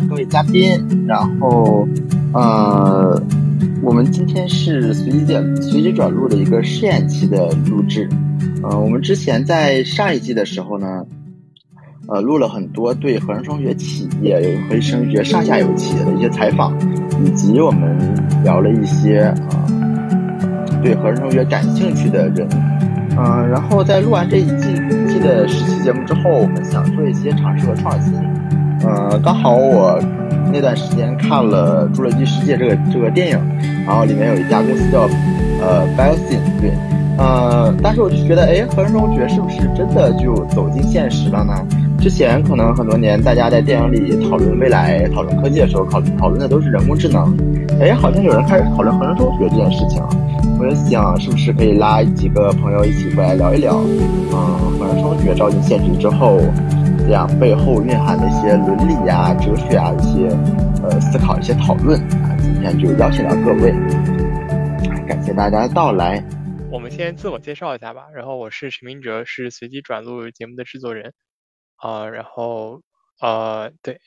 各位嘉宾。然后，呃，我们今天是随机转录的一个试验期的录制。我们之前在上一季的时候呢，录了很多对合成声学企业、合成声学上下游企业的一些采访，以及我们聊了一些对合成声学感兴趣的人。然后在录完这一季的10期节目之后，我们想做一些尝试和创新。刚好我那段时间看了《侏罗纪世界》这个电影，然后里面有一家公司叫Biosyn， 对，但是我就觉得，合成声学是不是真的就走进现实了呢？之前可能很多年大家在电影里讨论未来、讨论科技的时候，讨论的都是人工智能，好像有人开始讨论合成声学这件事情了。我就想，是不是可以拉几个朋友一起过来聊一聊，合成声学照进现实之后，这样背后蕴含的一些伦理啊、哲学啊一些思考、一些讨论啊。今天就邀请到各位，感谢大家的到来。 我们先自我介绍一下吧。然后我是陈明哲，是随机转录节目的制作人。然后对，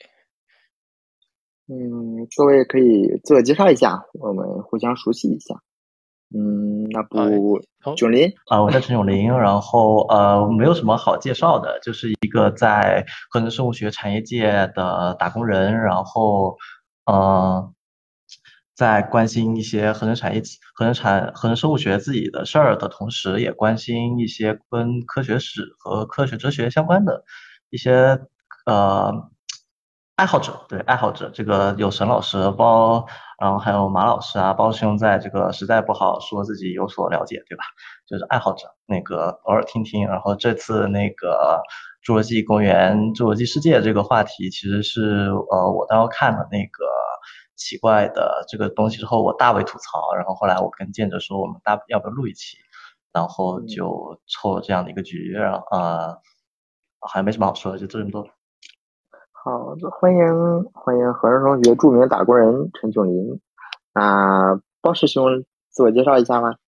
各位可以自我介绍一下，我们互相熟悉一下。那不，囧林我叫陈永林，然后没有什么好介绍的，就是一个在合成生物学产业界的打工人，然后在关心一些合成生物学自己的事儿的同时，也关心一些跟科学史和科学哲学相关的一些爱好者，对，爱好者，这个有沈老师然后还有马老师啊，包兄在这个实在不好说自己有所了解，对吧？就是爱好者，那个偶尔听听。然后这次那个侏罗纪公园、侏罗纪世界这个话题，其实是我当时看了那个奇怪的这个东西之后，我大为吐槽。然后后来我跟建哲说，我们要不要录一期？然后就凑了这样的一个局，然后还没什么好说的，就这么多。 好的，欢迎合成声学著名打工人陈炯林。包师兄自我介绍一下吗？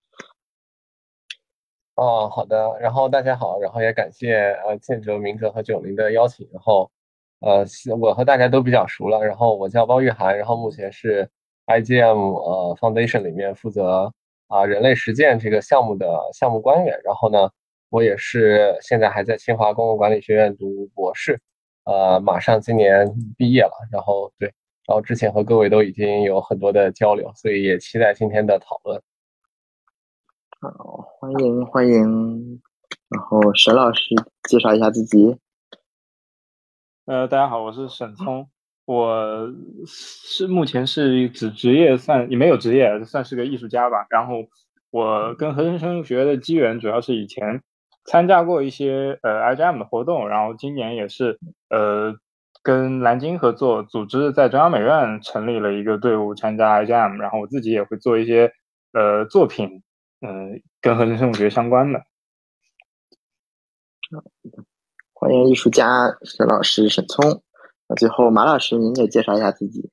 好的，然后大家好，然后也感谢建哲、明哲和炯林的邀请，然后我和大家都比较熟了，然后我叫包玉涵，然后目前是 IGM Foundation 里面负责人类实践这个项目的项目官员，然后呢，我也是现在还在清华公共管理学院读博士，马上今年毕业了，然后对，然后之前和各位都已经有很多的交流，所以也期待今天的讨论。 好，欢迎。然后沈老师介绍一下自己。 大家好，我是沈聪，我目前是职业也没有职业，算是个艺术家吧。然后我跟合成生物学的机缘主要是以前参加过一些IGM 的活动，然后今年也是跟蓝鲸合作组织在中央美院成立了一个队伍参加 IGM， 然后我自己也会做一些作品，跟合成生物学相关的。 欢迎艺术家沈老师沈聪。那最后马老师您也介绍一下自己。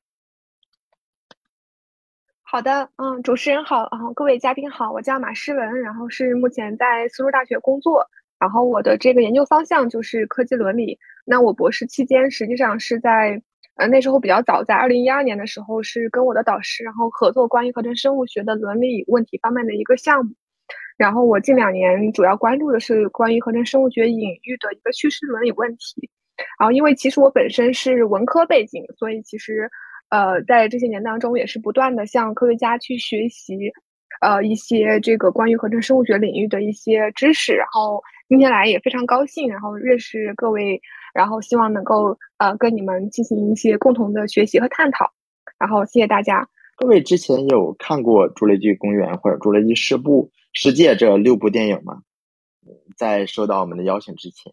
好的，主持人好，各位嘉宾好，我叫马诗文，然后是目前在苏州大学工作，然后我的这个研究方向就是科技伦理。那我博士期间实际上是在那时候比较早，在2012年的时候是跟我的导师然后合作关于合成生物学的伦理问题方面的一个项目。然后我近2年主要关注的是关于合成生物学隐喻的一个叙事伦理问题。然后因为其实我本身是文科背景，所以其实在这些年当中也是不断的向科学家去学习一些这个关于合成生物学领域的一些知识。然后今天来也非常高兴，然后认识各位，然后希望能够跟你们进行一些共同的学习和探讨。然后谢谢大家。 各位之前有看过《侏罗纪公园》或者《侏罗纪世界》这6部电影吗？在收到我们的邀请之前。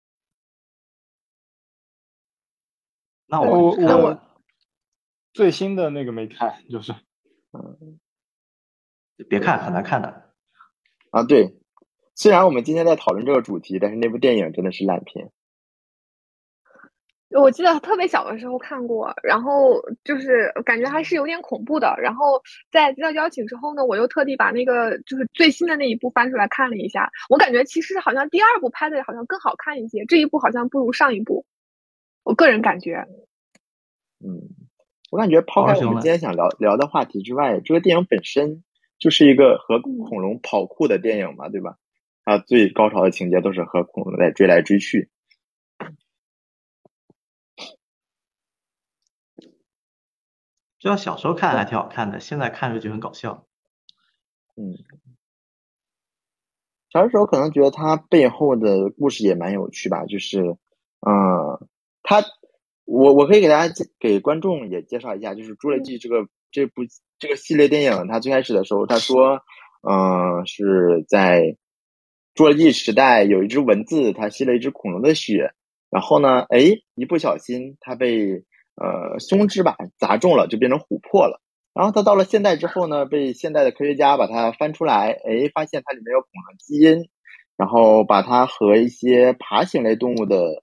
那我最新的那个没看，就是别看，很难看的。 对，虽然我们今天在讨论这个主题，但是那部电影真的是烂片。 我记得特别小的时候看过，然后就是感觉还是有点恐怖的。然后在接到邀请之后呢，我又特地把那个就是最新的那一部翻出来看了一下。我感觉其实好像第2部拍的好像更好看一些，这一部好像不如上一部，我个人感觉。 我感觉抛开我们今天想聊的话题之外，这个电影本身就是一个和恐龙跑酷的电影嘛，对吧？它最高潮的情节都是和恐龙在追来追去。 就要小时候看还挺好看的，现在看着就很搞笑。 小时候可能觉得它背后的故事也蛮有趣吧，就是我可以给观众也介绍一下，就是《侏罗纪》这个系列电影，它最开始的时候他说是在侏罗纪时代有一只蚊子，它吸了一只恐龙的血，然后呢一不小心它被胸肢吧砸中了，就变成琥珀了。然后它到了现代之后呢，被现代的科学家把它翻出来，发现它里面有恐龙基因，然后把它和一些爬行类动物的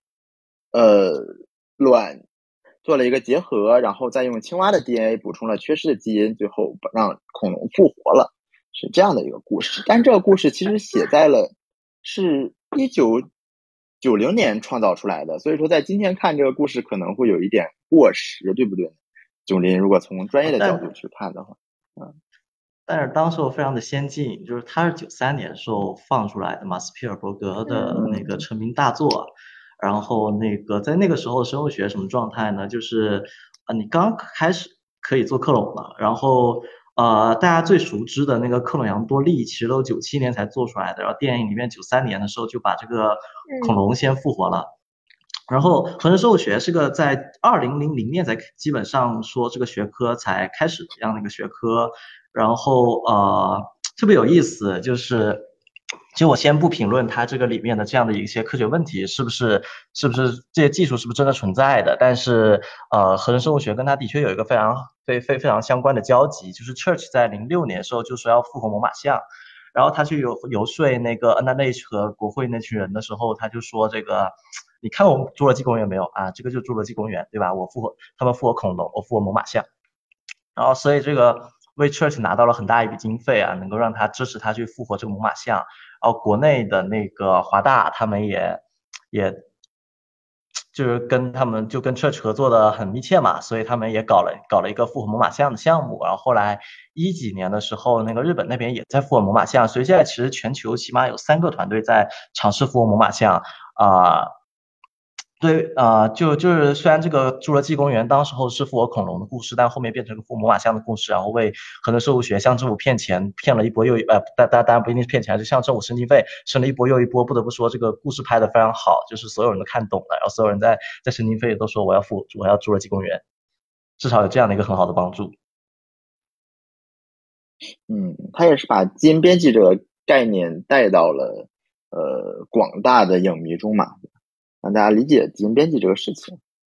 卵做了一个结合，然后再用青蛙的 DNA 补充了缺失的基因，最后让恐龙复活了，是这样的一个故事。但这个故事其实是1990年创造出来的，所以说在今天看这个故事可能会有一点过时，对不对？九林如果从专业的角度去看的话， 但是当时非常的先进，就是它是93年时候放出来的嘛，斯皮尔伯格的那个成名大作。然后在那个时候生物学什么状态呢？就是你刚开始可以做克隆了，然后大家最熟知的那个克隆羊多利其实都97年才做出来的，然后电影里面93年的时候就把这个恐龙先复活了。然后合成生物学是个在2000年才基本上说这个学科才开始这样的一个学科。然后特别有意思，就是其实我先不评论它这个里面的这样的一些科学问题是不是这些技术是不是真的存在的，但是合成生物学跟它的确有一个非常相关的交集，就是 Church 在06年的时候就说要复活猛犸象，然后他去游说那个 NIH 和国会那群人的时候，他就说这个你看我们侏罗纪公园没有啊？这个就是侏罗纪公园，对吧？他们复活恐龙，我复活猛犸象，然后所以这个为 Church 拿到了很大一笔经费啊，能够让他支持他去复活这个猛犸象。然后国内的那个华大他们也就是跟Church 合作的很密切嘛，所以他们也搞了一个复活猛犸象的项目。然后后来几年的时候，那个日本那边也在复活猛犸象，所以现在其实全球起码有3个团队在尝试复活猛犸象对就是虽然这个侏罗纪公园当时候是复活恐龙的故事，但后面变成个复活猛犸象的故事，然后为合成生物学向政府骗钱，骗了一波又一当然不一定是骗钱，就向政府申经费，申了一波又一波。不得不说这个故事拍得非常好，就是所有人都看懂了，然后所有人在申经费都说我要侏罗纪公园，至少有这样的一个很好的帮助。 他也是把基因编辑这个概念带到了广大的影迷中嘛，让大家理解基因编辑这个事情。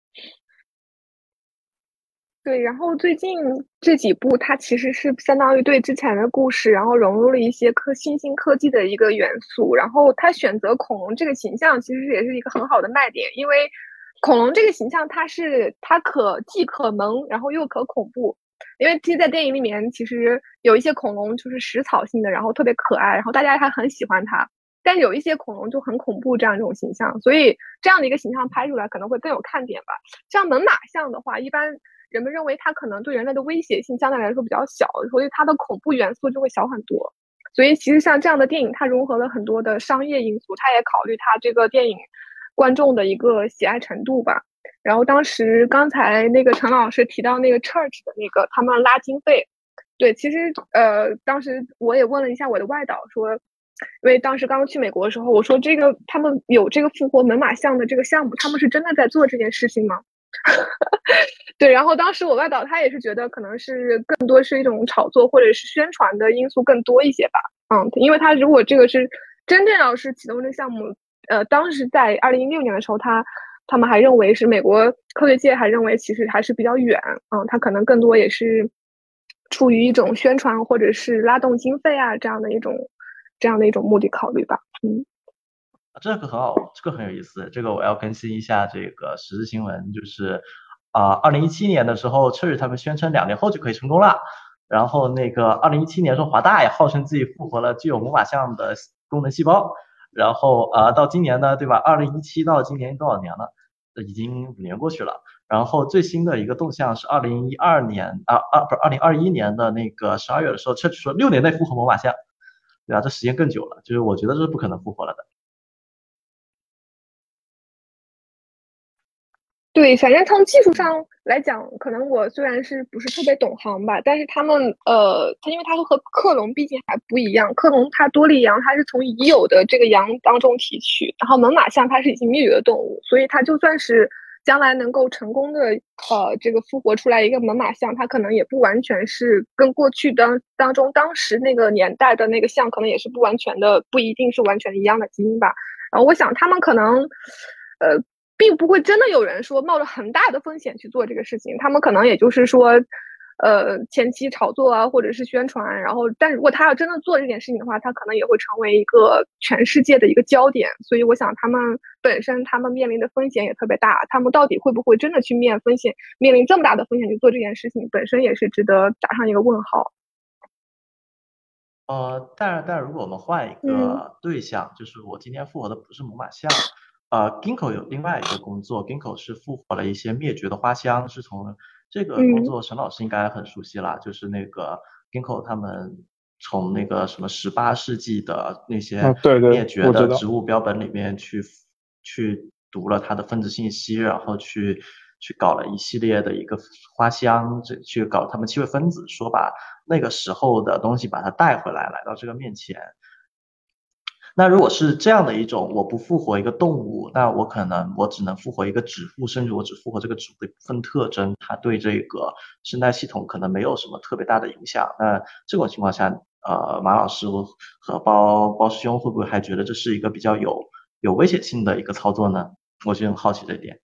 对，然后最近这几部它其实是相当于对之前的故事，然后融入了一些新兴科技的一个元素。然后他选择恐龙这个形象，其实也是一个很好的卖点，因为恐龙这个形象它既可萌，然后又可恐怖。因为其实，在电影里面，其实有一些恐龙就是食草性的，然后特别可爱，然后大家还很喜欢它。但有一些恐龙就很恐怖，这样一种形象，所以这样的一个形象拍出来可能会更有看点吧。像猛犸象的话，一般人们认为它可能对人类的威胁性相对来说比较小，所以它的恐怖元素就会小很多。所以其实像这样的电影，它融合了很多的商业因素，它也考虑它这个电影观众的一个喜爱程度吧。然后刚才那个陈老师提到那个 Church 的那个他们拉经费，对，其实当时我也问了一下我的外导说，因为当时刚去美国的时候，我说这个他们有这个复活猛犸象的这个项目，他们是真的在做这件事情吗？对，然后当时我外导他也是觉得可能是更多是一种炒作或者是宣传的因素更多一些吧。因为他如果这个是真正要是启动这个项目，当时在2016年的时候，他们还认为是美国科学界还认为其实还是比较远，他可能更多也是出于一种宣传或者是拉动经费啊这样的一种目的考虑吧。 这个很好，这个很有意思。这个我要更新一下这个时事新闻，就是2017年的时候，Church 他们宣称2年后就可以成功了。然后那个2017年的时候，华大也号称自己复活了具有猛犸象的功能细胞。然后到今年呢，对吧？2017到今年多少年了？ 已经5年过去了。然后最新的一个动向是2012年不是2021年的那个12月的时候，确实说6年内复活猛犸象，对啊，这时间更久了，就是我觉得这是不可能复活了的。 对，反正从技术上来讲，可能我虽然是不是特别懂行吧，但是他们它因为它和克隆毕竟还不一样，克隆它多利羊它是从已有的这个羊当中提取，然后猛犸象它是已经灭绝的动物，所以它就算是将来能够成功的这个复活出来一个猛犸象，它可能也不完全是跟过去当中当时那个年代的那个象可能也是不完全的，不一定是完全一样的基因吧。然后我想他们可能并不会真的有人说冒着很大的风险去做这个事情，他们可能也就是说，前期炒作啊，或者是宣传，然后，但如果他要真的做这件事情的话，他可能也会成为一个全世界的一个焦点。所以我想，他们本身他们面临的风险也特别大，他们到底会不会真的去面临这么大的风险去做这件事情，本身也是值得打上一个问号。 但如果我们换一个对象，就是我今天复活的不是猛犸象。Ginkgo 有另外一个工作，Ginkgo 是复活了一些灭绝的花香，是从这个工作，沈老师应该很熟悉了，就是那个 Ginkgo 他们从那个什么18世纪的那些灭绝的植物标本里面去读了它的分子信息，然后去搞了一系列的一个花香，去搞它们气味分子，说把那个时候的东西把它带回来，来到这个面前。那如果是这样的一种，我不复活一个动物，那我只能复活一个植物，甚至我只复活这个植物的部分特征，它对这个生态系统可能没有什么特别大的影响。那这种情况下，马老师和包师兄会不会还觉得这是一个比较有危险性的一个操作呢？我就很好奇这一点。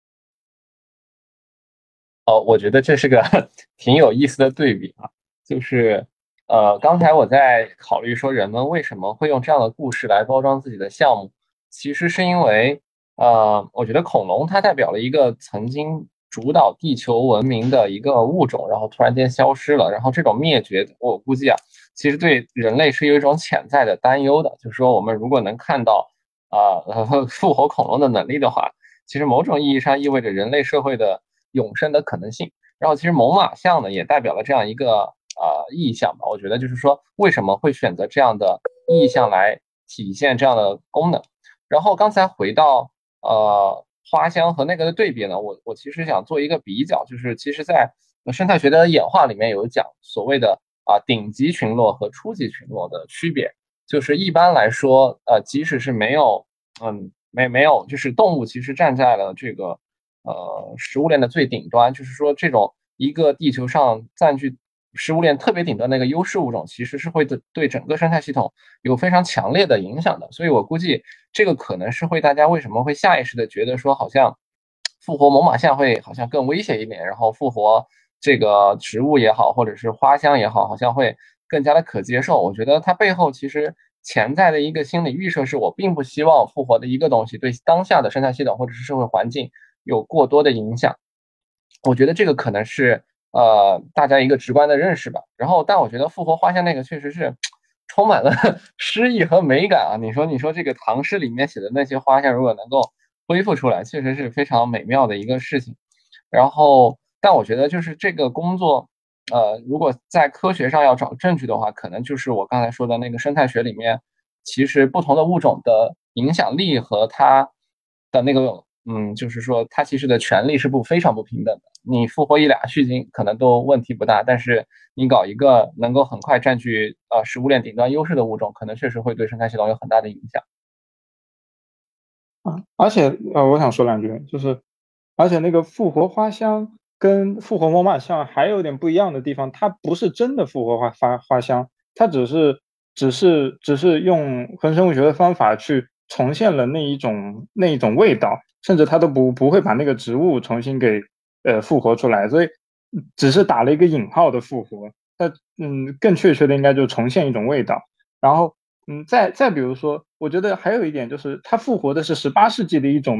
我觉得这是个挺有意思的对比啊，就是刚才我在考虑说人们为什么会用这样的故事来包装自己的项目，其实是因为我觉得恐龙它代表了一个曾经主导地球文明的一个物种，然后突然间消失了，然后这种灭绝，我估计啊，其实对人类是有一种潜在的担忧的，就是说我们如果能看到复活恐龙的能力的话，其实某种意义上意味着人类社会的永生的可能性。然后其实猛犸象呢，也代表了这样一个意象吧。我觉得就是说，为什么会选择这样的意象来体现这样的功能？然后刚才回到花香和那个的对比呢，我其实想做一个比较，就是其实在生态学的演化里面有讲所谓的顶级群落和初级群落的区别。就是一般来说，即使是没有没有，就是动物其实站在了这个食物链的最顶端，就是说这种一个地球上占据食物链特别顶端的一个优势物种，其实是会对整个生态系统有非常强烈的影响的。所以我估计这个可能是会大家为什么会下意识的觉得说好像复活猛犸象会好像更危险一点，然后复活这个植物也好，或者是花香也好，好像会更加的可接受。我觉得它背后其实潜在的一个心理预设是我并不希望复活的一个东西对当下的生态系统或者是社会环境有过多的影响。我觉得这个可能是大家一个直观的认识吧。然后，但我觉得复活花香那个确实是充满了诗意和美感啊。你说这个唐诗里面写的那些花香，如果能够恢复出来，确实是非常美妙的一个事情。然后，但我觉得就是这个工作，如果在科学上要找证据的话，可能就是我刚才说的那个生态学里面，其实不同的物种的影响力和它的那个，就是说它其实的权利是非常不平等的。你复活一俩须鲸可能都问题不大，但是你搞一个能够很快占据食物链顶端优势的物种，可能确实会对生态系统有很大的影响。 而且我想说两句，就是而且那个复活花香跟复活猛犸象还有点不一样的地方，它不是真的复活花香，它只是用恒生物学的方法去重现了那一种味道，甚至它都不会把那个植物重新给复活出来，所以只是打了一个引号的复活，它更确切的应该就重现一种味道。然后再比如说，我觉得还有一点就是，它复活的是18世纪的一种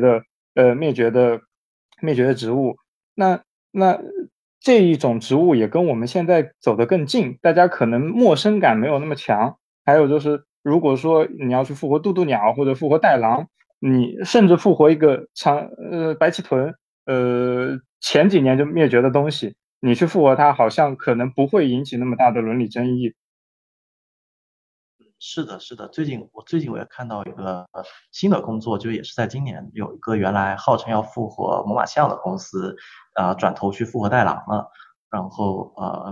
灭绝的植物。那这一种植物也跟我们现在走得更近，大家可能陌生感没有那么强。还有就是，如果说你要去复活渡渡鸟或者复活袋狼， 你甚至复活一个白鳍豚，前几年就灭绝的东西，你去复活它，好像可能不会引起那么大的伦理争议。 是的，是的，最近我也看到一个新的工作，就也是在今年有一个原来号称要复活猛犸象的公司，转头去复活袋狼了。然后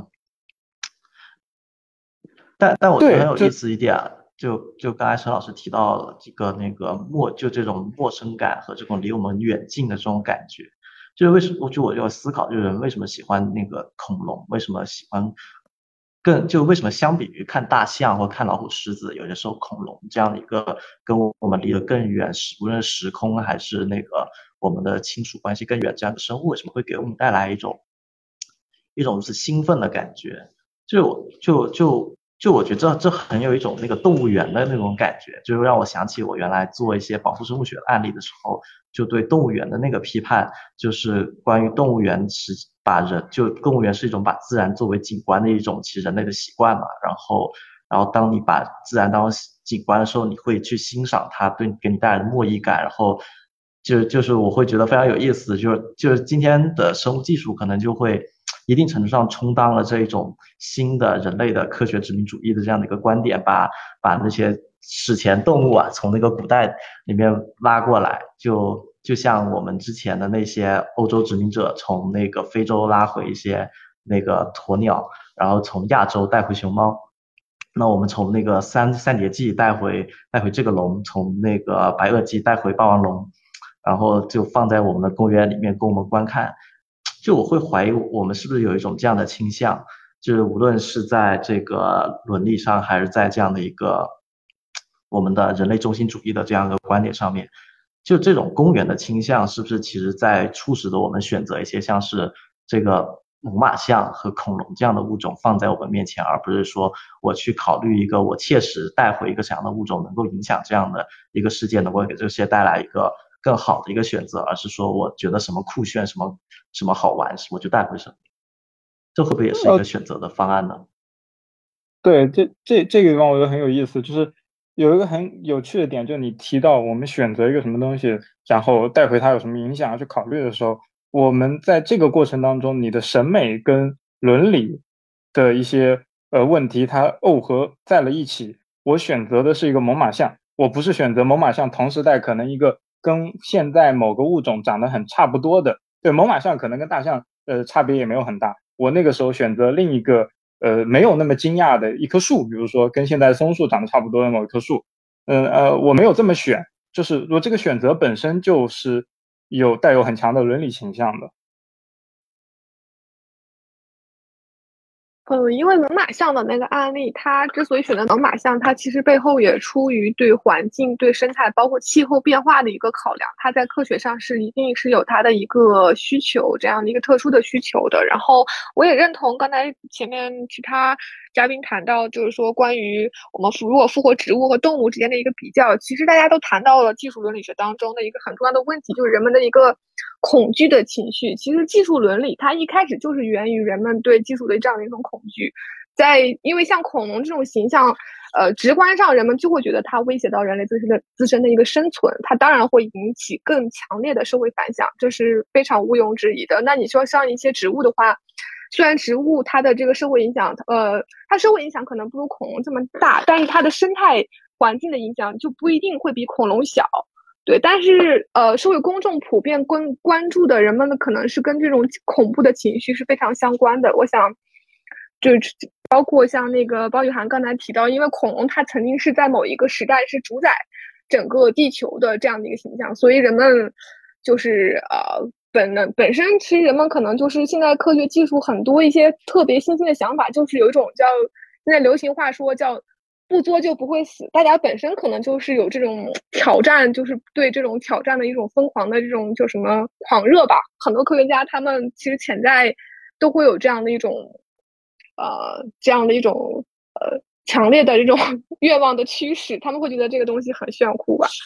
但我觉得很对， 有意思一点啊，就刚才陈老师提到了这个那个就这种陌生感和这种离我们远近的这种感觉，就是为什么我就思考，就是人为什么喜欢那个恐龙，为什么喜欢为什么相比于看大象或看老虎、狮子，有些时候恐龙这样的一个跟我们离得更远，无论时空还是那个我们的亲属关系更远这样的生物，为什么会给我们带来一种是兴奋的感觉？我觉得这很有一种那个动物园的那种感觉，就是让我想起我原来做一些保护生物学的案例的时候，就对动物园的那个批判，就是关于动物园动物园是一种把自然作为景观的一种其实人类的习惯嘛，然后当你把自然当景观的时候，你会去欣赏它给你带来的墨意感，然后就是我会觉得非常有意思，就是今天的生物技术可能就会一定程度上充当了这一种新的人类的科学殖民主义的这样的一个观点，把那些史前动物啊从那个古代里面拉过来，就像我们之前的那些欧洲殖民者从那个非洲拉回一些那个鸵鸟，然后从亚洲带回熊猫。那我们从那个三叠纪带回这个龙，从那个白垩纪带回霸王龙，然后就放在我们的公园里面供我们观看。就我会怀疑我们是不是有一种这样的倾向，就是无论是在这个伦理上，还是在这样的一个我们的人类中心主义的这样一个观点上面，就这种公园的倾向，是不是其实在促使着我们选择一些像是这个猛犸象和恐龙这样的物种放在我们面前，而不是说我去考虑一个我切实带回一个什么样的物种能够影响这样的一个世界，能够给这些带来一个更好的一个选择，而是说我觉得什么酷炫、什么好玩，我就带回什么。这会不会也是一个选择的方案呢？ 对，这个地方我觉得很有意思，就是有一个很有趣的点，就是你提到我们选择一个什么东西，然后带回它有什么影响要去考虑的时候，我们在这个过程当中，你的审美跟伦理的一些问题，它耦合在了一起。我选择的是一个猛犸象，我不是选择猛犸象同时代可能一个跟现在某个物种长得很差不多的，对，猛犸象可能跟大象差别也没有很大，我那个时候选择另一个没有那么惊讶的一棵树，比如说跟现在松树长得差不多的某一棵树，我没有这么选，就是说这个选择本身就是带有很强的伦理倾向的。 因为猛犸象的那个案例，它之所以选择猛犸象，它其实背后也出于对环境、对生态，包括气候变化的一个考量。它在科学上是一定是有它的一个需求，这样的一个特殊的需求的。然后我也认同刚才前面其他嘉宾谈到，就是说关于我们如果复活植物和动物之间的一个比较，其实大家都谈到了技术伦理学当中的一个很重要的问题，就是人们的一个恐惧的情绪。其实技术伦理它一开始就是源于人们对技术的这样的一种恐惧，因为像恐龙这种形象，直观上人们就会觉得它威胁到人类自身的一个生存，它当然会引起更强烈的社会反响，这是非常毋庸置疑的。那你说像一些植物的话，虽然植物它的这个社会影响，它社会影响可能不如恐龙这么大，但是它的生态环境的影响就不一定会比恐龙小。对，但是社会公众普遍关注的人们的可能是跟这种恐怖的情绪是非常相关的。我想，就是包括像那个包雨涵刚才提到，因为恐龙它曾经是在某一个时代是主宰整个地球的这样的一个形象，所以人们就是本身其实人们可能就是现在科学技术很多一些特别新兴的想法，就是有一种叫现在流行话说叫不作就不会死，大家本身可能就是有这种挑战，就是对这种挑战的一种疯狂的这种叫什么狂热吧。很多科学家他们其实潜在都会有这样的一种强烈的这种愿望的驱使，他们会觉得这个东西很炫酷吧。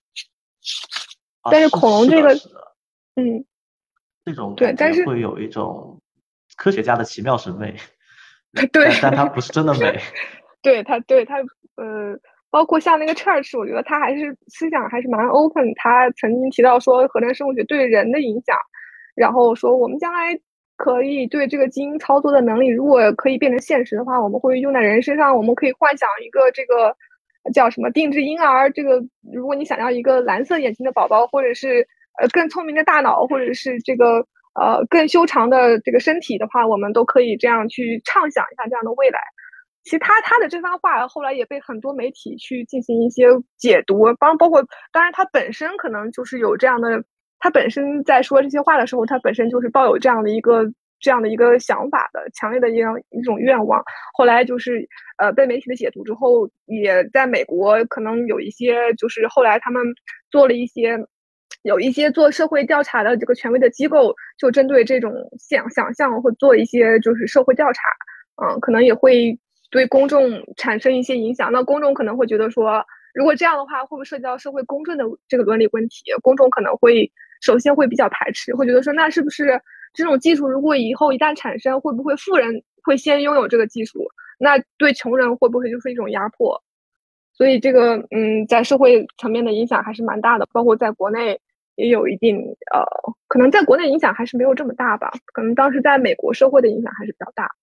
但是恐龙这个，嗯， 这种对， 感但是觉会有一种科学家的奇妙审美， 对， 但它不是真的美。 对它， 包括像那个 Church，我觉得他还是思想还是蛮 open。他曾经提到说，核能生物学对人的影响，然后说我们将来可以对这个基因操作的能力，如果可以变成现实的话，我们会用在人身上。我们可以幻想一个这个叫什么定制婴儿，这个如果你想要一个蓝色眼睛的宝宝，或者是更聪明的大脑，或者是这个更修长的这个身体的话，我们都可以这样去畅想一下这样的未来。其实他的这番话后来也被很多媒体去进行一些解读，包括当然他本身可能就是有这样的，他本身在说这些话的时候，他本身就是抱有这样的一个想法的，强烈的一种愿望。后来就是被媒体的解读之后，也在美国可能有一些就是后来他们做了一些。有一些做社会调查的这个权威的机构，就针对这种想象会做一些就是社会调查，可能也会对公众产生一些影响。那公众可能会觉得说，如果这样的话，会不会涉及到社会公正的这个伦理问题？公众可能会首先会比较排斥，会觉得说，那是不是这种技术如果以后一旦产生，会不会富人会先拥有这个技术？那对穷人会不会就是一种压迫？所以这个在社会层面的影响还是蛮大的，包括在国内也有一定可能在国内影响还是没有这么大吧，可能当时在美国社会的影响还是比较大。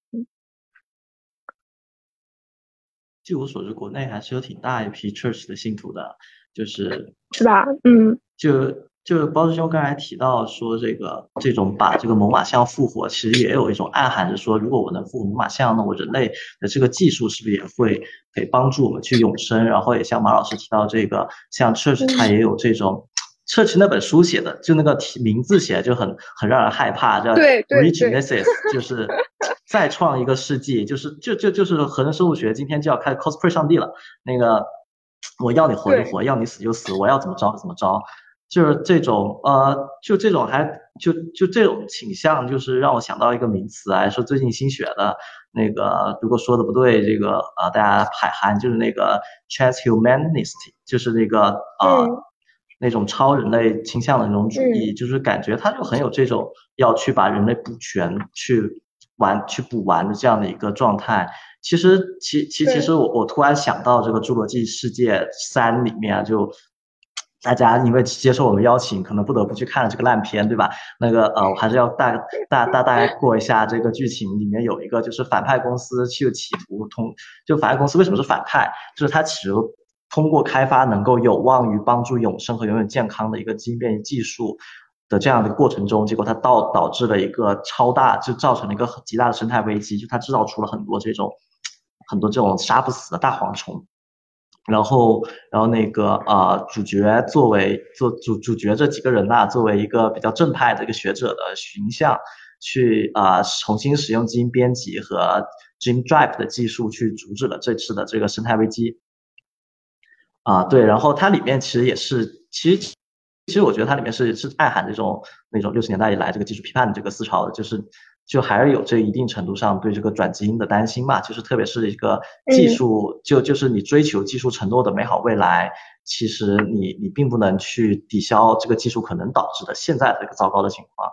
据我所知，国内还是有挺大一批 Church 的信徒的，就是吧？ 就包师兄刚才提到说，这种把这个猛犸象复活，其实也有一种暗含着说，如果我能复活猛犸象，那我人类的这个技术是不是也会可以帮助我们去永生？然后也像马老师提到这个，像 Church 它也有这种。Church 那本书写的，就那个名字写的就很让人害怕，叫 Regenesis，就是再创一个世纪，就是核能生物学今天就要开始 cosplay 上帝了。那个我要你活就活，要你死就死，我要怎么着就怎么着。就是这种就这种就这种倾向，就是让我想到一个名词啊，说最近新学的那个，如果说的不对，这个大家海涵，就是那个 transhumanist， 就是那个那种超人类倾向的那种主义，就是感觉他就很有这种要去把人类补全、去补完的这样的一个状态。其实我突然想到这个《侏罗纪世界3》里面就。大家因为接受我们邀请，可能不得不去看了这个烂片，对吧？那个我还是要大概过一下这个剧情。里面有一个就是反派公司去企图就反派公司为什么是反派？就是他企图通过开发能够有望于帮助永生和永远健康的一个基因变异技术的这样的过程中，结果它导致了一个就造成了一个极大的生态危机，就它制造出了很多这种杀不死的大蝗虫。然后那个主角主角这几个人呐，作为一个比较正派的一个学者的形象，去重新使用基因编辑和 Gene Drive 的技术去阻止了这次的这个生态危机。对，然后它里面其实也是，其实我觉得它里面是暗含这种那种60年代以来这个技术批判的这个思潮的，就还是有这一定程度上对这个转基因的担心吧，就是特别是一个技术，就是你追求技术承诺的美好未来，其实你并不能去抵消这个技术可能导致的现在的这个糟糕的情况，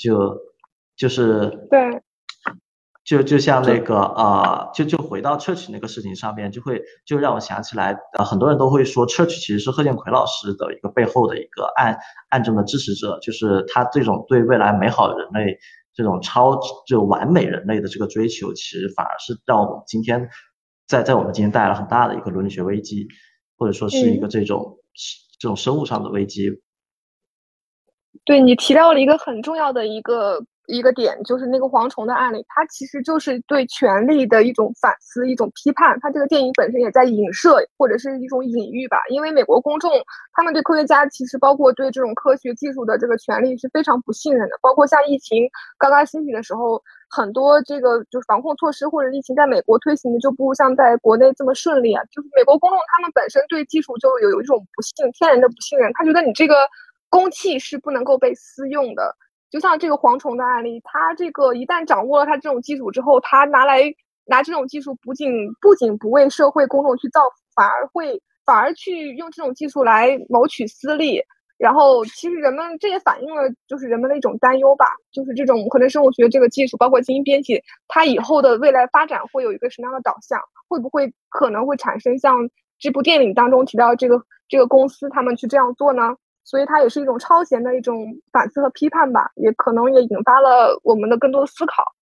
就是对。 就像那个就回到 Church 那个事情上面，就让我想起来，很多人都会说 Church 其实是贺建奎老师的一个背后的一个暗中的支持者，就是他这种对未来美好的人类这种就完美人类的这个追求，其实反而是让我们今天在我们今天带来了很大的一个伦理学危机，或者说是一个这种生物上的危机。 对，你提到了一个很重要的一个点，就是那个蝗虫的案例，它其实就是对权力的一种反思、一种批判。它这个电影本身也在影射或者是一种隐喻吧，因为美国公众他们对科学家，其实包括对这种科学技术的这个权利是非常不信任的。包括像疫情刚刚兴起的时候，很多这个就是防控措施或者疫情在美国推行的就不如像在国内这么顺利啊。就是美国公众他们本身对技术就有一种不信，天然的不信任，他觉得你这个公器是不能够被私用的。就像这个蝗虫的案例，他这个一旦掌握了他这种技术之后，他拿这种技术不仅不为社会公众去造福，反而去用这种技术来谋取私利。然后其实这也反映了就是人们的一种担忧吧，就是这种可能生物学这个技术，包括基因编辑，它以后的未来发展会有一个什么样的导向？可能会产生像这部电影当中提到这个公司他们去这样做呢？所以它也是一种超前的一种反思和批判吧，也可能也引发了我们的更多的思考。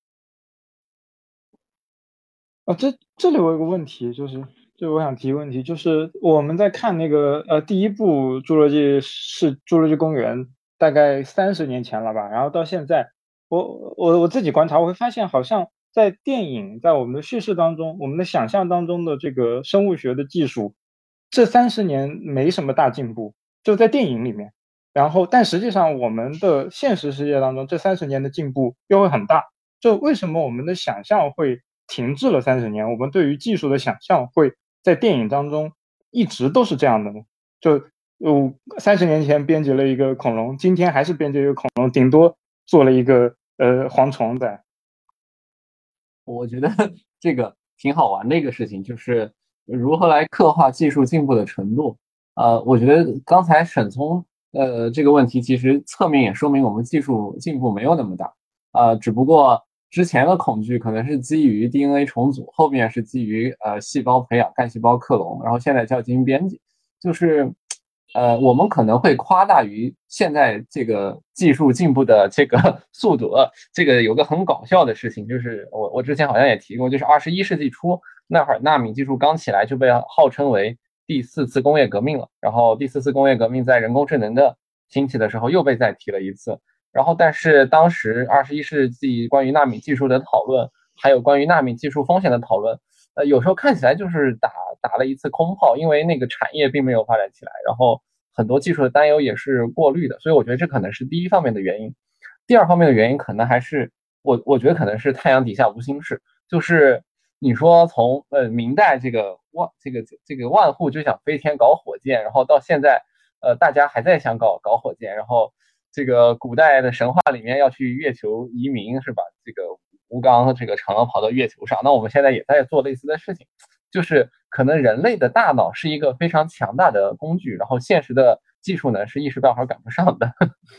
这里我有个问题，就是我想提问题，就是我们在看那个第一部《侏罗纪》是《侏罗纪公园》，大概30年前了吧，然后到现在，我自己观察，我会发现好像在电影在我们的叙事当中，我们的想象当中的这个生物学的技术，这30年没什么大进步，就在电影里面，然后但实际上我们的现实世界当中，这30年的进步又会很大。就为什么我们的想象会停滞了30年？我们对于技术的想象会在电影当中一直都是这样的呢？就30年前编辑了一个恐龙，今天还是编辑一个恐龙，顶多做了一个蝗虫在。 我觉得这个挺好玩的一个事情，就是如何来刻画技术进步的程度。我觉得刚才沈聪这个问题，其实侧面也说明我们技术进步没有那么大。只不过之前的恐惧可能是基于 DNA 重组，后面是基于细胞培养、干细胞克隆，然后现在叫基因编辑，就是我们可能会夸大于现在这个技术进步的这个速度。这个有个很搞笑的事情，就是我之前好像也提过，就是21世纪初那会儿纳米技术刚起来，就被号称为第四次工业革命了。然后第四次工业革命在人工智能的兴起的时候又被再提了一次。然后但是当时21世纪关于纳米技术的讨论，还有关于纳米技术风险的讨论，有时候看起来就是打了一次空炮，因为那个产业并没有发展起来，然后很多技术的担忧也是过滤的，所以我觉得这可能是第一方面的原因。第二方面的原因可能还是我觉得可能是太阳底下无新事，就是你说从明代这个万户就想飞天搞火箭，然后到现在大家还在想搞火箭，然后这个古代的神话里面要去月球移民是吧？这个吴刚这个嫦娥跑到月球上，那我们现在也在做类似的事情，就是可能人类的大脑是一个非常强大的工具，然后现实的技术呢是一时半会儿赶不上的。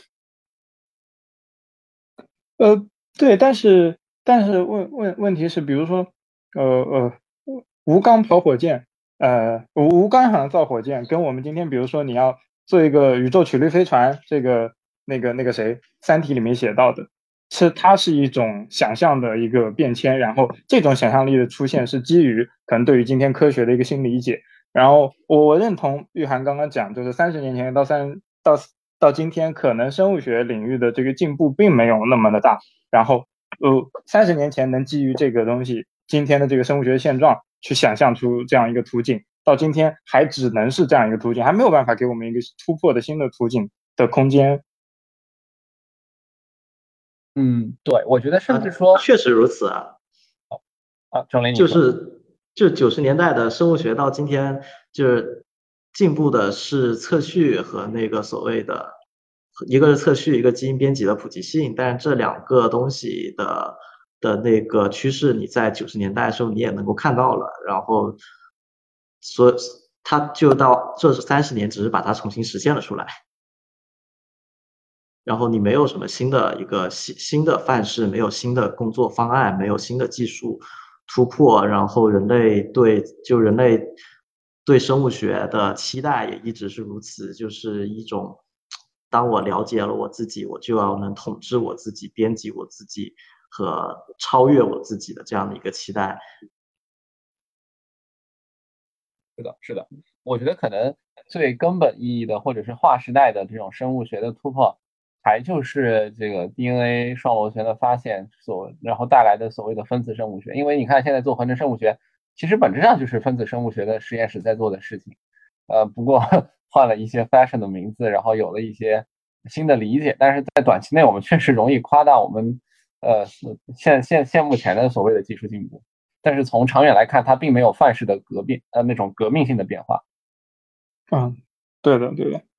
对，但是问题是，比如说，吴刚跑火箭，吴刚想造火箭，跟我们今天比如说你要做一个宇宙曲率飞船，这个那个谁，《三体》里面写到的，它是一种想象的一个变迁，然后这种想象力的出现是基于可能对于今天科学的一个新理解。然后我认同玉涵刚刚讲，就是30年前到今天，可能生物学领域的这个进步并没有那么的大。然后30年前能基于这个东西，今天的这个生物学现状去想象出这样一个途径，到今天还只能是这样一个途径，还没有办法给我们一个突破的新的途径的空间。 嗯，对，我觉得甚至说确实如此啊。 郑雷你就说。 是90年代的生物学到今天，就是进步的是测序和那个所谓的，一个是测序，一个基因编辑的普及性，但是这两个东西的那个趋势，你在90年代的时候你也能够看到了，然后所以它就到这30年，只是把它重新实现了出来。然后你没有什么新的一个新的范式，没有新的工作方案，没有新的技术突破，然后人类对生物学的期待也一直是如此，就是一种当我了解了我自己，我就要能统治我自己、编辑我自己和超越我自己的这样的一个期待。 是的，是的，我觉得可能最根本意义的，或者是划时代的这种生物学的突破，还就是这个 DNA 双螺旋的发现然后带来的所谓的分子生物学。因为你看现在做合成生物学，其实本质上就是分子生物学的实验室在做的事情，不过换了一些 fashion 的名字，然后有了一些新的理解，但是在短期内我们确实容易夸大我们现目前的所谓的技术进步。但是从长远来看，它并没有范式的那种革命性的变化。 嗯，对的，对的。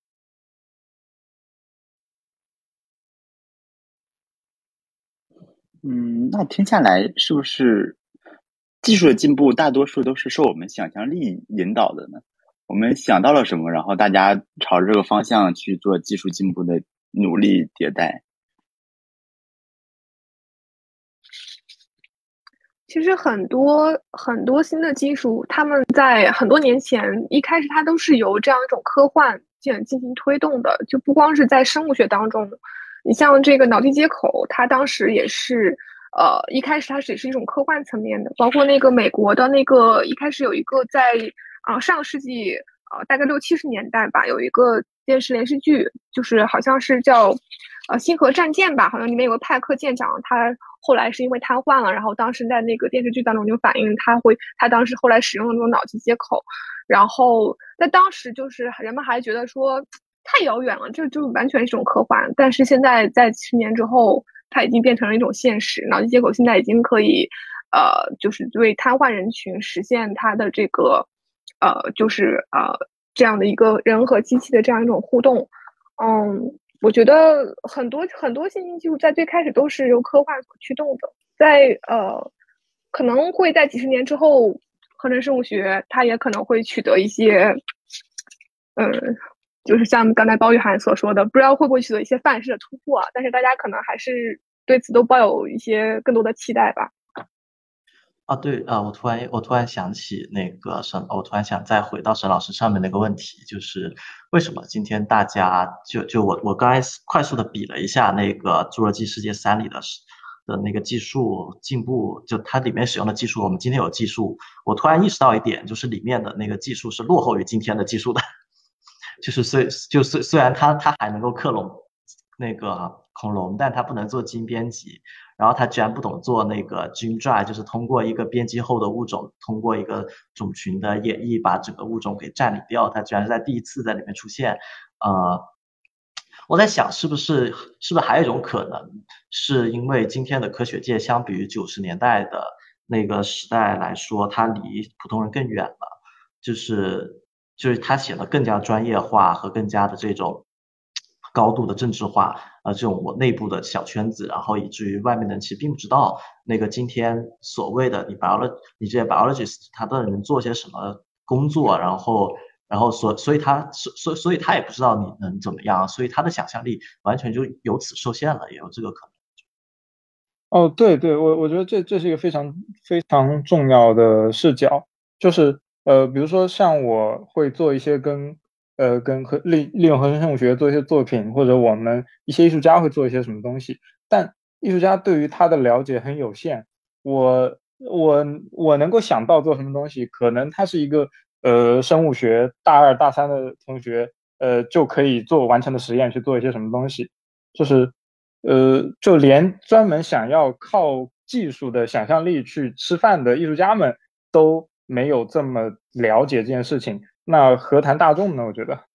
那听下来是不是技术的进步大多数都是受我们想象力引导的呢？我们想到了什么，然后大家朝着这个方向去做技术进步的努力迭代。 其实很多很多新的技术，他们在很多年前一开始它都是由这样一种科幻进行推动的，就不光是在生物学当中，你像这个脑地接口，它当时也是一开始它也是一种科幻层面的，包括那个美国的那个一开始有一个在上个世纪大概60、70年代吧，有一个电视连续剧，就是好像是叫星河战舰吧，好像里面有个派克舰长，他后来是因为瘫痪了，然后当时在那个电视剧当中就反映他当时后来使用的那种脑机接口，然后在当时就是人们还觉得说太遥远了，这就完全是一种科幻，但是现在在10年之后，它已经变成了一种现实，脑机接口现在已经可以就是为瘫痪人群实现它的这个就是这样的一个人和机器的这样一种互动。我觉得很多很多新兴技术在最开始都是由科幻所驱动的，在可能会在几十年之后，合成生物学它也可能会取得一些就是像刚才包玉涵所说的，不知道会不会取得一些范式的突破，但是大家可能还是对此都抱有一些更多的期待吧。 对我突然想起那个我突然想再回到沈老师上面那个问题，就是为什么今天大家我刚才快速的比了一下那个《侏罗纪世界3》里的那个技术进步，就它里面使用的技术，我们今天有技术，我突然意识到一点，就是里面的那个技术是落后于今天的技术的，就是虽然它还能够克隆那个恐龙，但它不能做基因编辑。然后他居然不懂做那个 gene drive， 就是通过一个编辑后的物种，通过一个种群的演绎把整个物种给占领掉，他居然是在第一次在里面出现。我在想是不是还有一种可能，是因为今天的科学界相比于90年代的那个时代来说，它离普通人更远了，就是它显得更加专业化和更加的这种高度的政治化，这种我内部的小圈子，然后以至于外面的人其实并不知道那个今天所谓的你这些 biologist 他到底能做些什么工作，然后所以他也不知道你能怎么样，所以他的想象力完全就由此受限了，也有这个可能。 对对，我觉得这是一个非常非常重要的视角，就是比如说像我会做一些跟利用合成生物学做一些作品，或者我们一些艺术家会做一些什么东西，但艺术家对于他的了解很有限，我能够想到做什么东西，可能他是一个生物学大二大三的同学，就可以做完成的实验去做一些什么东西，就是就连专门想要靠技术的想象力去吃饭的艺术家们都没有这么了解这件事情，那何谈大众呢？我觉得。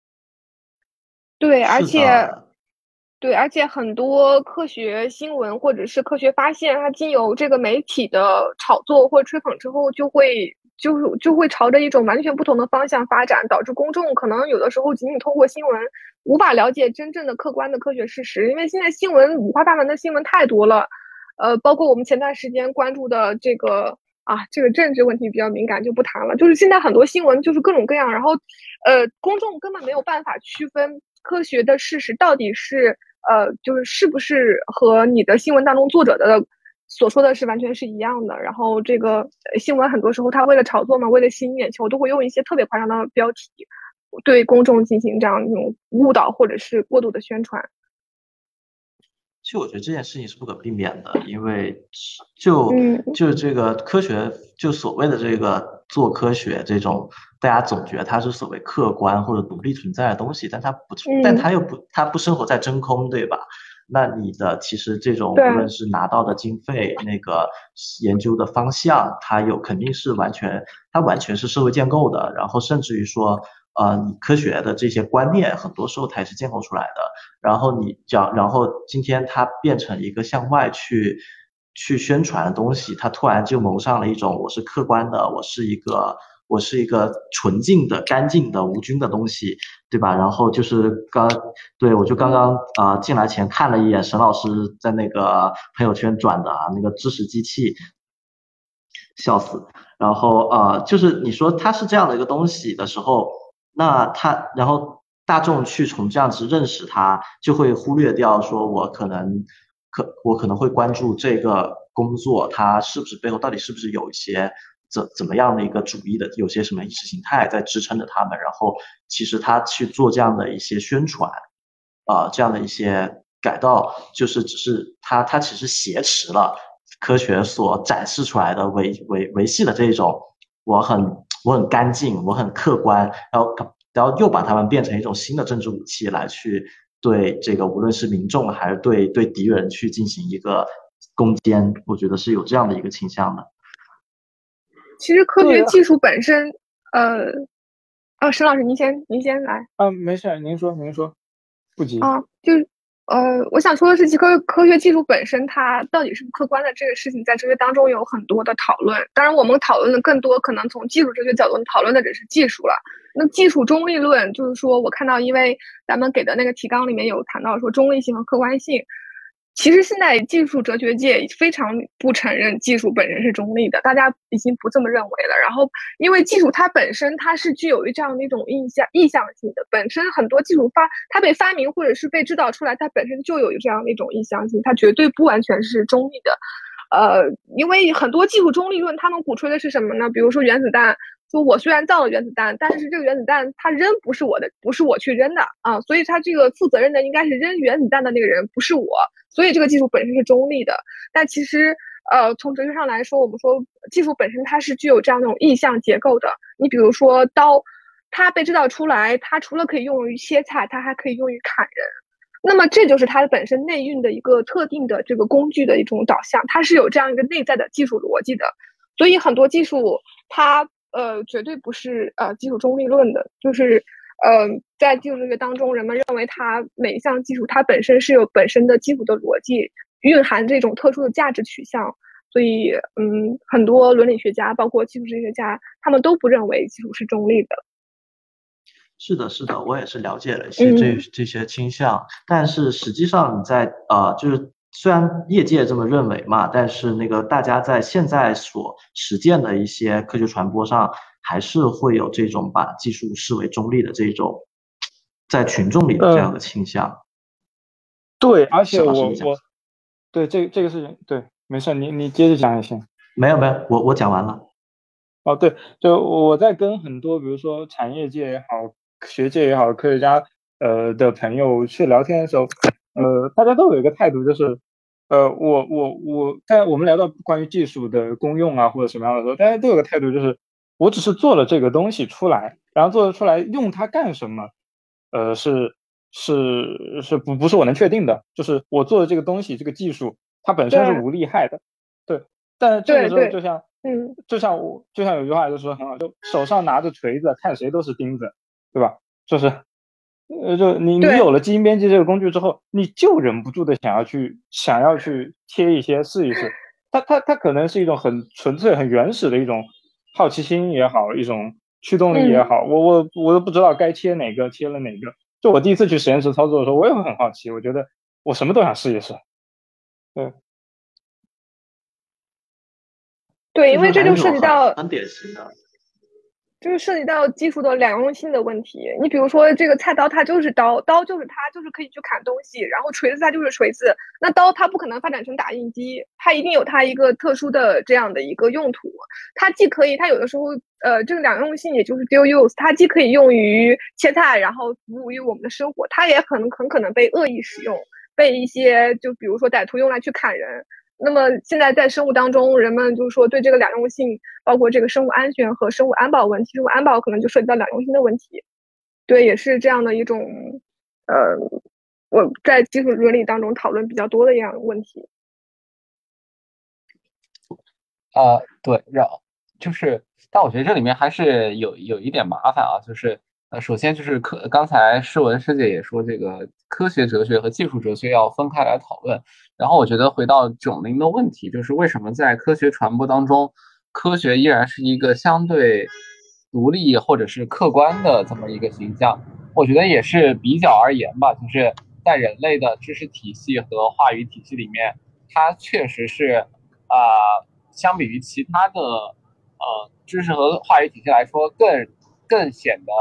对，而是且的， 对，而且很多科学新闻或者是科学发现，它经由这个媒体的炒作或吹捧之后，就会朝着一种完全不同的方向发展，导致公众可能有的时候仅仅通过新闻无法了解真正的客观的科学事实，因为现在新闻五花八门的新闻太多了，包括我们前段时间关注的这个政治问题比较敏感就不谈了，就是现在很多新闻就是各种各样，然后公众根本没有办法区分科学的事实到底是就是是不是和你的新闻当中作者的所说的是完全是一样的。然后这个新闻很多时候他为了炒作嘛，为了吸引眼球，都会用一些特别夸张的标题对公众进行这样一种误导或者是过度的宣传。 其实我觉得这件事情是不可避免的，因为就嗯就这个科学，就所谓的这个做科学这种，大家总觉得它是所谓客观或者独立存在的东西，但嗯， 它不生活在真空，对吧？那你的其实这种对， 无论是拿到的经费，那个研究的方向，肯定是它完全是社会建构的，然后甚至于说，你科学的这些观念，很多时候它也是建构出来的。然后今天它变成一个向外去宣传的东西，它突然就蒙上了一种我是客观的，我是一个纯净的、干净的、无菌的东西，对吧？然后对，我就刚刚进来前看了一眼沈老师在那个朋友圈转的那个知识机器，笑死。然后就是你说它是这样的一个东西的时候，然后大众去从这样子认识它，就会忽略掉说我可能我可能会关注这个工作它是不是背后到底是不是有一些怎么样的一个主义的，有些什么意识形态在支撑着他们，然后其实他去做这样的一些宣传，这样的一些改造，就是只是他其实挟持了科学所展示出来的维系的这种我很干净，我很客观，然后又把他们变成一种新的政治武器来去对这个无论是民众还是对敌人去进行一个攻坚，我觉得是有这样的一个倾向的。 其实科学技术本身，沈老师您先来。 没事，您说，不急。 就是我想说的是，科学技术本身它到底是不客观的这个事情，在哲学当中有很多的讨论。当然，我们讨论的更多可能从技术哲学角度讨论的只是技术了。那技术中立论就是说，我看到因为咱们给的那个提纲里面有谈到说中立性和客观性。其实现在技术哲学界非常不承认技术本身是中立的，大家已经不这么认为了。然后，因为技术它本身它是具有这样的一种意向性的，本身很多技术它被发明或者是被制造出来，它本身就有这样的一种意向性，它绝对不完全是中立的。因为很多技术中立论，他们鼓吹的是什么呢？比如说原子弹，说我虽然造了原子弹，但是这个原子弹它扔不是我去扔的啊，所以它这个负责任的应该是扔原子弹的那个人，不是我，所以这个技术本身是中立的。但其实从哲学上来说，我们说技术本身它是具有这样的一种意向结构的。你比如说刀，它被制造出来，它除了可以用于切菜，它还可以用于砍人。那么这就是它本身内蕴的一个特定的这个工具的一种导向，它是有这样一个内在的技术逻辑的。所以很多技术它绝对不是技术中立论的，就是在技术哲学当中，人们认为它每一项技术它本身是有本身的基础的逻辑，蕴含这种特殊的价值取向。所以很多伦理学家包括技术哲学家，他们都不认为技术是中立的。 是的，是的，我也是了解了一些这些倾向，但是实际上你在就是虽然业界这么认为嘛，但是那个大家在现在所实践的一些科学传播上，还是会有这种把技术视为中立的这种在群众里的这样的倾向。 对，而且我对这个事情，对，没事，你接着讲也行。 没有，我讲完了。 对，就我在跟很多比如说产业界也好，学界也好，科学家的朋友去聊天的时候，大家都有一个态度，就是在我们聊到关于技术的功用啊或者什么样的时候，大家都有个态度，就是我只是做了这个东西出来，然后做了出来用它干什么，不是我能确定的，就是我做的这个东西这个技术它本身是无利害的，对，但是这个时候就像有句话就说很好，就手上拿着锤子看谁都是钉子，对吧？就是就你有了基因编辑这个工具之后，你就忍不住的想要去贴一些试一试，它可能是一种很纯粹很原始的一种好奇心也好，一种驱动力也好，我都不知道该贴哪个，贴了哪个。就我第一次去实验室操作的时候，我也会很好奇，我觉得我什么都想试一试。 对，因为这就涉及到很典型的， 就是涉及到技术的两用性的问题。你比如说这个菜刀，它就是刀，刀就是它就是可以去砍东西，然后锤子它就是锤子。那刀它不可能发展成打印机，它一定有它一个特殊的这样的一个用途。它既可以，它有的时候这个两用性也就是 dual use， 它既可以用于切菜，然后服务于我们的生活，它也很可能被恶意使用，被一些就比如说歹徒用来去砍人。那么现在在生物当中，人们就是说对这个两用性，包括这个生物安全和生物安保问题，生物安保可能就涉及到两用性的问题。对，也是这样的一种，我在技术伦理当中讨论比较多的一样问题。 对，但我觉得这里面还是有一点麻烦啊，就是首先就是刚才诗文师姐也说，这个科学哲学和技术哲学要分开来讨论。然后我觉得回到囧林的问题，就是为什么在科学传播当中，科学依然是一个相对独立或者是客观的这么一个形象？我觉得也是比较而言吧，就是在人类的知识体系和话语体系里面，它确实是相比于其他的知识和话语体系来说，更显得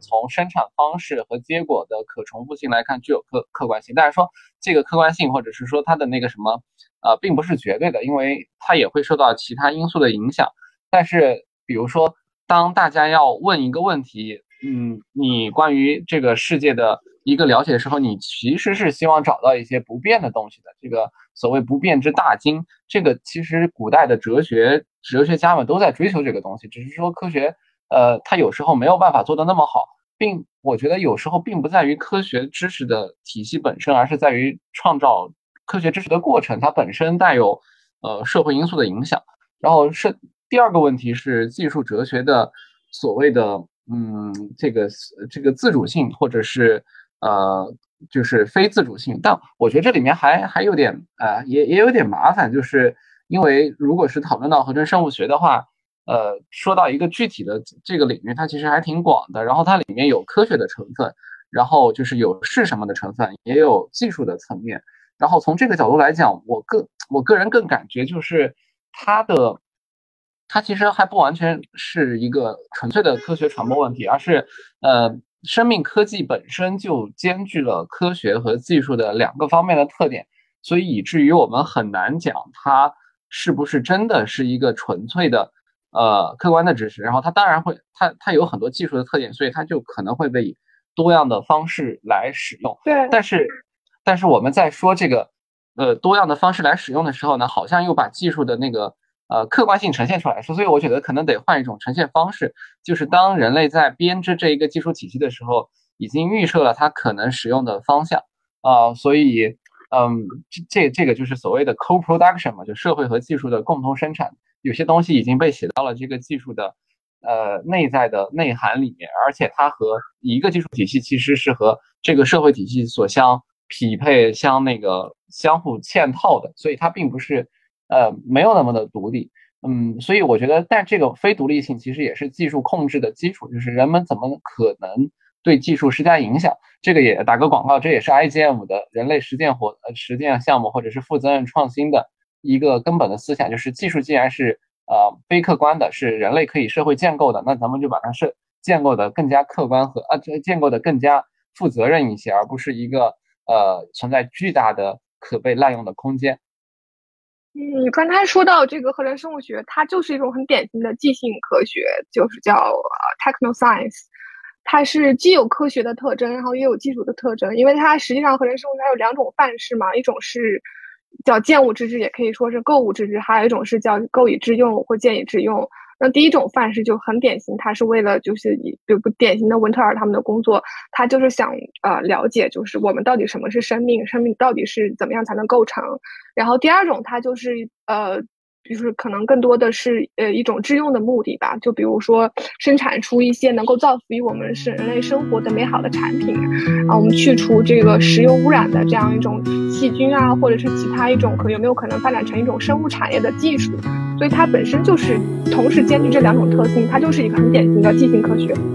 从生产方式和结果的可重复性来看具有客观性。但是说这个客观性或者是说它的那个什么并不是绝对的，因为它也会受到其他因素的影响。但是比如说当大家要问一个问题，你关于这个世界的一个了解的时候，你其实是希望找到一些不变的东西的，这个所谓不变之大精，这个其实古代的哲学家们都在追求这个东西，只是说科学它有时候没有办法做得那么好，并我觉得有时候并不在于科学知识的体系本身，而是在于创造科学知识的过程，它本身带有社会因素的影响。然后是第二个问题是技术哲学的所谓的这个自主性或者是就是非自主性，但我觉得这里面还有点也有点麻烦，就是因为如果是讨论到合成生物学的话，说到一个具体的这个领域，它其实还挺广的，然后它里面有科学的成分，然后就是有是什么的成分，也有技术的层面。然后从这个角度来讲，我个人更感觉就是它其实还不完全是一个纯粹的科学传播问题，而是生命科技本身就兼具了科学和技术的两个方面的特点，所以以至于我们很难讲它是不是真的是一个纯粹的客观的知识。然后它当然会它有很多技术的特点，所以它就可能会被以多样的方式来使用。 对， 但是我们在说这个多样的方式来使用的时候呢，好像又把技术的那个客观性呈现出来，所以我觉得可能得换一种呈现方式，就是当人类在编织这一个技术体系的时候，已经预设了它可能使用的方向所以这个就是所谓的 co-production 嘛，就社会和技术的共同生产，有些东西已经被写到了这个技术的内在的内涵里面，而且它和一个技术体系其实是和这个社会体系所相匹配、相互嵌套的，所以它并不是没有那么的独立。所以我觉得，但这个非独立性其实也是技术控制的基础，就是人们怎么可能对技术施加影响？这个也打个广告，这也是 IGM 的人类实践项目或者是负责任创新的一个根本的思想，就是技术既然是非客观的，是人类可以社会建构的，那咱们就把它建构的更加客观和建构的更加负责任一些，而不是一个存在巨大的可被滥用的空间。 你刚才说到这个合成生物学，它就是一种很典型的即兴科学，就是叫techno science。它是既有科学的特征，然后也有技术的特征，因为它实际上合成生物它有两种范式嘛，一种是叫见物知之，也可以说是构物知之，还有一种是叫构以致用或见以致用。那第一种范式就很典型，它是为了就是比如典型的文特尔他们的工作，他就是想了解就是我们到底什么是生命，生命到底是怎么样才能构成。然后第二种它就是就是可能更多的是一种致用的目的吧，就比如说生产出一些能够造福于我们是人类生活的美好的产品我们去除这个石油污染的这样一种细菌啊，或者是其他一种有没有可能发展成一种生物产业的技术，所以它本身就是同时兼具这两种特性，它就是一个很典型的即兴科学。